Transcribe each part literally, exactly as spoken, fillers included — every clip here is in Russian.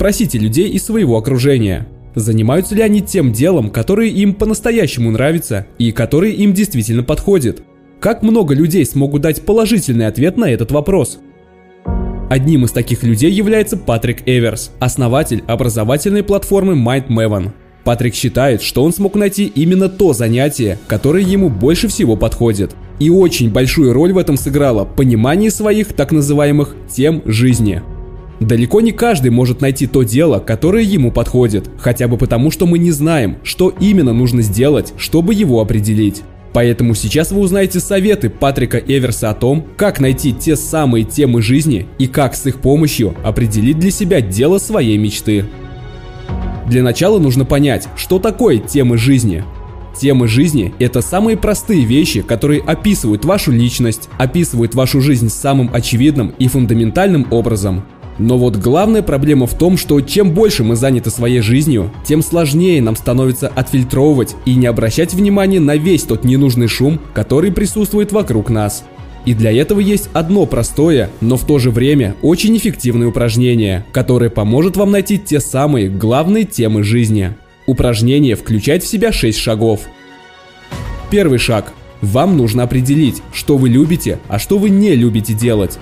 Спросите людей из своего окружения, занимаются ли они тем делом, которое им по-настоящему нравится и которое им действительно подходит. Как много людей смогут дать положительный ответ на этот вопрос? Одним из таких людей является Патрик Эверс, основатель образовательной платформы MindMaven. Патрик считает, что он смог найти именно то занятие, которое ему больше всего подходит. И очень большую роль в этом сыграло понимание своих так называемых тем жизни. Далеко не каждый может найти то дело, которое ему подходит, хотя бы потому, что мы не знаем, что именно нужно сделать, чтобы его определить. Поэтому сейчас вы узнаете советы Патрика Эверса о том, как найти те самые темы жизни и как с их помощью определить для себя дело своей мечты. Для начала нужно понять, что такое темы жизни. Темы жизни – это самые простые вещи, которые описывают вашу личность, описывают вашу жизнь самым очевидным и фундаментальным образом. Но вот главная проблема в том, что чем больше мы заняты своей жизнью, тем сложнее нам становится отфильтровывать и не обращать внимания на весь тот ненужный шум, который присутствует вокруг нас. И для этого есть одно простое, но в то же время очень эффективное упражнение, которое поможет вам найти те самые главные темы жизни. Упражнение включает в себя шесть шагов. Первый шаг. Вам нужно определить, что вы любите, а что вы не любите делать.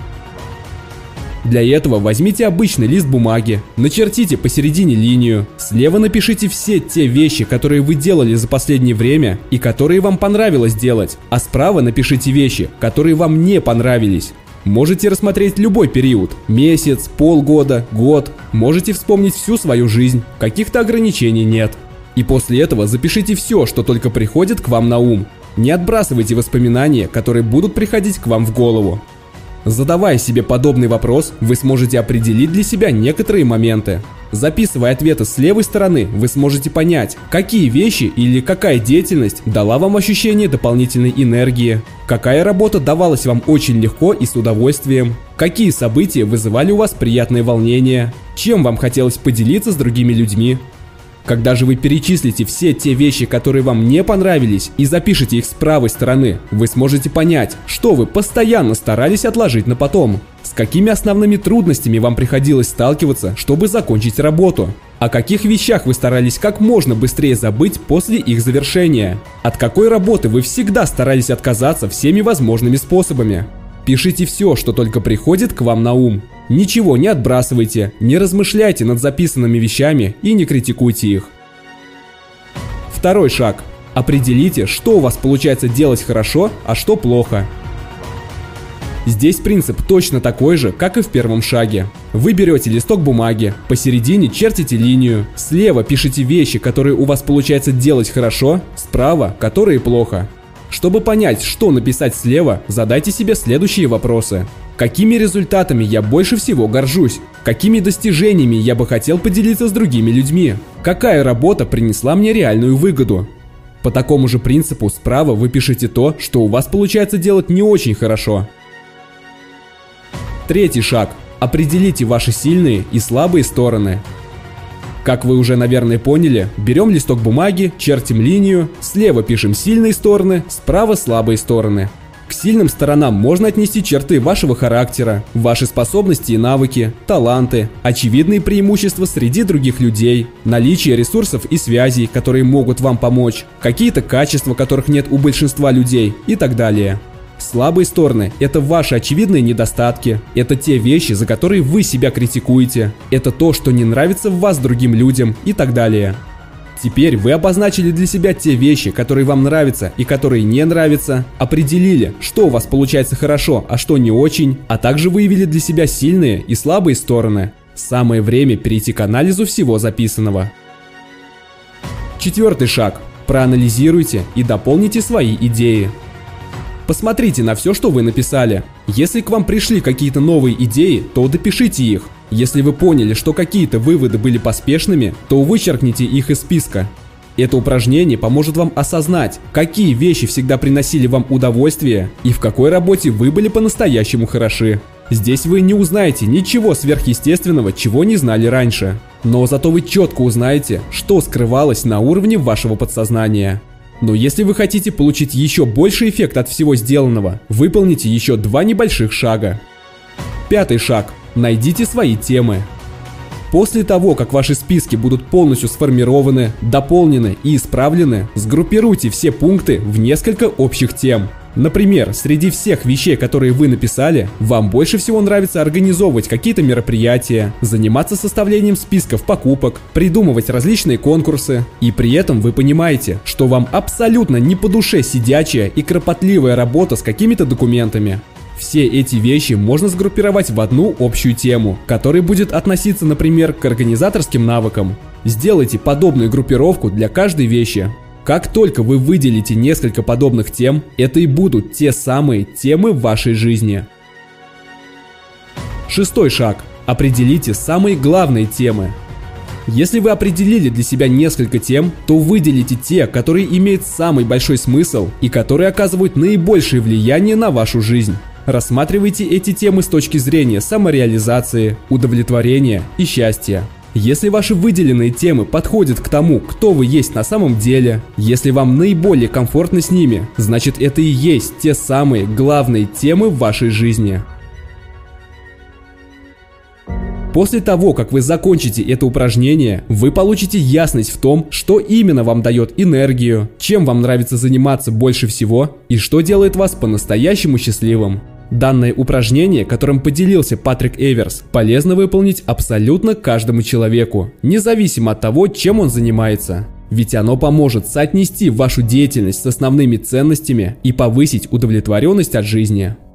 Для этого возьмите обычный лист бумаги, начертите посередине линию, слева напишите все те вещи, которые вы делали за последнее время и которые вам понравилось делать, а справа напишите вещи, которые вам не понравились. Можете рассмотреть любой период – месяц, полгода, год, можете вспомнить всю свою жизнь, каких-то ограничений нет. И после этого запишите все, что только приходит к вам на ум. Не отбрасывайте воспоминания, которые будут приходить к вам в голову. Задавая себе подобный вопрос, вы сможете определить для себя некоторые моменты. Записывая ответы с левой стороны, вы сможете понять, какие вещи или какая деятельность дала вам ощущение дополнительной энергии, какая работа давалась вам очень легко и с удовольствием, какие события вызывали у вас приятное волнение, чем вам хотелось поделиться с другими людьми. Когда же вы перечислите все те вещи, которые вам не понравились, и запишите их с правой стороны, вы сможете понять, что вы постоянно старались отложить на потом, с какими основными трудностями вам приходилось сталкиваться, чтобы закончить работу, о каких вещах вы старались как можно быстрее забыть после их завершения, от какой работы вы всегда старались отказаться всеми возможными способами. Пишите все, что только приходит к вам на ум. Ничего не отбрасывайте, не размышляйте над записанными вещами и не критикуйте их. Второй шаг. Определите, что у вас получается делать хорошо, а что плохо. Здесь принцип точно такой же, как и в первом шаге. Вы берете листок бумаги, посередине чертите линию, слева пишите вещи, которые у вас получается делать хорошо, справа – которые плохо. Чтобы понять, что написать слева, задайте себе следующие вопросы. Какими результатами я больше всего горжусь? Какими достижениями я бы хотел поделиться с другими людьми? Какая работа принесла мне реальную выгоду? По такому же принципу справа вы пишете то, что у вас получается делать не очень хорошо. Третий шаг. Определите ваши сильные и слабые стороны. Как вы уже, наверное, поняли, берем листок бумаги, чертим линию, слева пишем сильные стороны, справа слабые стороны. К сильным сторонам можно отнести черты вашего характера, ваши способности и навыки, таланты, очевидные преимущества среди других людей, наличие ресурсов и связей, которые могут вам помочь, какие-то качества, которых нет у большинства людей и так далее. Слабые стороны – это ваши очевидные недостатки, это те вещи, за которые вы себя критикуете, это то, что не нравится в вас другим людям и так далее. Теперь вы обозначили для себя те вещи, которые вам нравятся и которые не нравятся, определили, что у вас получается хорошо, а что не очень, а также выявили для себя сильные и слабые стороны. Самое время перейти к анализу всего записанного. Четвертый шаг. Проанализируйте и дополните свои идеи. Посмотрите на все, что вы написали. Если к вам пришли какие-то новые идеи, то допишите их. Если вы поняли, что какие-то выводы были поспешными, то вычеркните их из списка. Это упражнение поможет вам осознать, какие вещи всегда приносили вам удовольствие и в какой работе вы были по-настоящему хороши. Здесь вы не узнаете ничего сверхъестественного, чего не знали раньше. Но зато вы четко узнаете, что скрывалось на уровне вашего подсознания. Но если вы хотите получить еще больший эффект от всего сделанного, выполните еще два небольших шага. Пятый шаг. Найдите свои темы. После того, как ваши списки будут полностью сформированы, дополнены и исправлены, сгруппируйте все пункты в несколько общих тем. Например, среди всех вещей, которые вы написали, вам больше всего нравится организовывать какие-то мероприятия, заниматься составлением списков покупок, придумывать различные конкурсы. И при этом вы понимаете, что вам абсолютно не по душе сидячая и кропотливая работа с какими-то документами. Все эти вещи можно сгруппировать в одну общую тему, которая будет относиться, например, к организаторским навыкам. Сделайте подобную группировку для каждой вещи. Как только вы выделите несколько подобных тем, это и будут те самые темы в вашей жизни. Шестой шаг. Определите самые главные темы. Если вы определили для себя несколько тем, то выделите те, которые имеют самый большой смысл и которые оказывают наибольшее влияние на вашу жизнь. Рассматривайте эти темы с точки зрения самореализации, удовлетворения и счастья. Если ваши выделенные темы подходят к тому, кто вы есть на самом деле, если вам наиболее комфортно с ними, значит это и есть те самые главные темы в вашей жизни. После того, как вы закончите это упражнение, вы получите ясность в том, что именно вам дает энергию, чем вам нравится заниматься больше всего и что делает вас по-настоящему счастливым. Данное упражнение, которым поделился Патрик Эверс, полезно выполнить абсолютно каждому человеку, независимо от того, чем он занимается. Ведь оно поможет соотнести вашу деятельность с основными ценностями и повысить удовлетворенность от жизни.